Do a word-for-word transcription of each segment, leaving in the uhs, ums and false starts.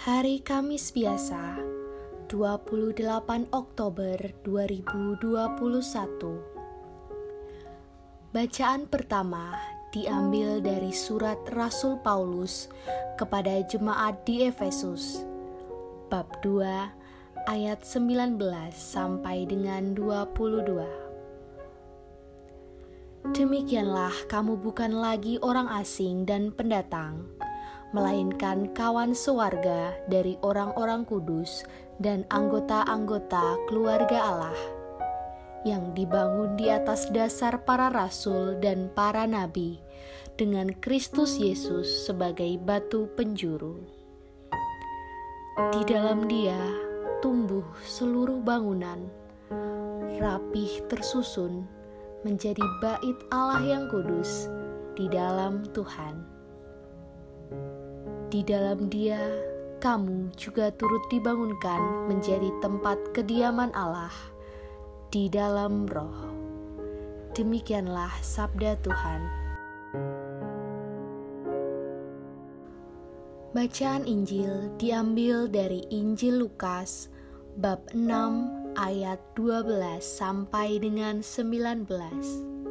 Hari Kamis biasa, dua puluh delapan Oktober dua ribu dua puluh satu. Bacaan pertama diambil dari surat Rasul Paulus kepada jemaat di Efesus, bab dua ayat sembilan belas sampai dengan dua puluh dua. Demikianlah kamu bukan lagi orang asing dan pendatang, melainkan kawan sewarga dari orang-orang kudus dan anggota-anggota keluarga Allah, yang dibangun di atas dasar para rasul dan para nabi, dengan Kristus Yesus sebagai batu penjuru. Di dalam Dia tumbuh seluruh bangunan, rapih tersusun, menjadi bait Allah yang kudus di dalam Tuhan. Di dalam Dia, kamu juga turut dibangunkan menjadi tempat kediaman Allah di dalam Roh. Demikianlah sabda Tuhan. Bacaan Injil diambil dari Injil Lukas, bab enam ayat dua belas sampai dengan sembilan belas.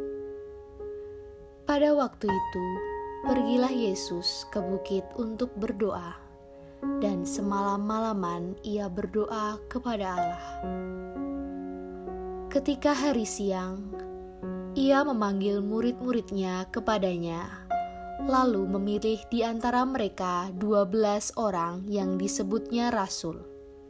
Pada waktu itu, pergilah Yesus ke bukit untuk berdoa, dan semalam-malaman ia berdoa kepada Allah. Ketika hari siang, ia memanggil murid-muridnya kepadanya, lalu memilih di antara mereka dua belas orang yang disebutnya rasul.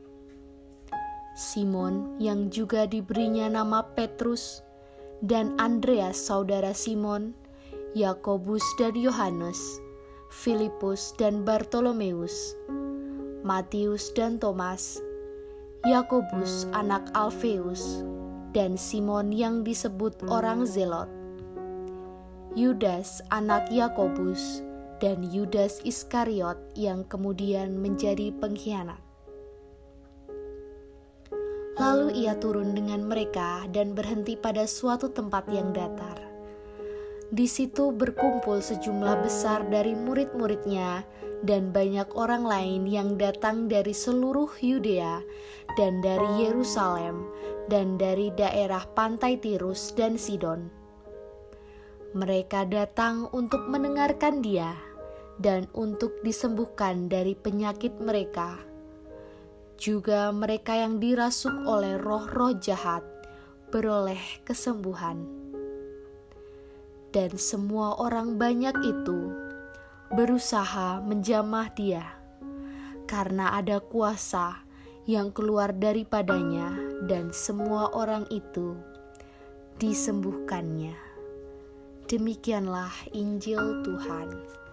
Simon yang juga diberinya nama Petrus, dan Andreas saudara Simon, Yakobus dan Yohanes, Filipus dan Bartolomeus, Matius dan Thomas, Yakobus anak Alfeus, dan Simon yang disebut orang Zelot, Yudas anak Yakobus, dan Yudas Iskariot yang kemudian menjadi pengkhianat. Lalu ia turun dengan mereka dan berhenti pada suatu tempat yang datar. Di situ berkumpul sejumlah besar dari murid-muridnya dan banyak orang lain yang datang dari seluruh Yudea dan dari Yerusalem dan dari daerah pantai Tirus dan Sidon. Mereka datang untuk mendengarkan Dia dan untuk disembuhkan dari penyakit mereka. Juga mereka yang dirasuk oleh roh-roh jahat beroleh kesembuhan. Dan semua orang banyak itu berusaha menjamah Dia, karena ada kuasa yang keluar daripadanya, dan semua orang itu disembuhkannya. Demikianlah Injil Tuhan.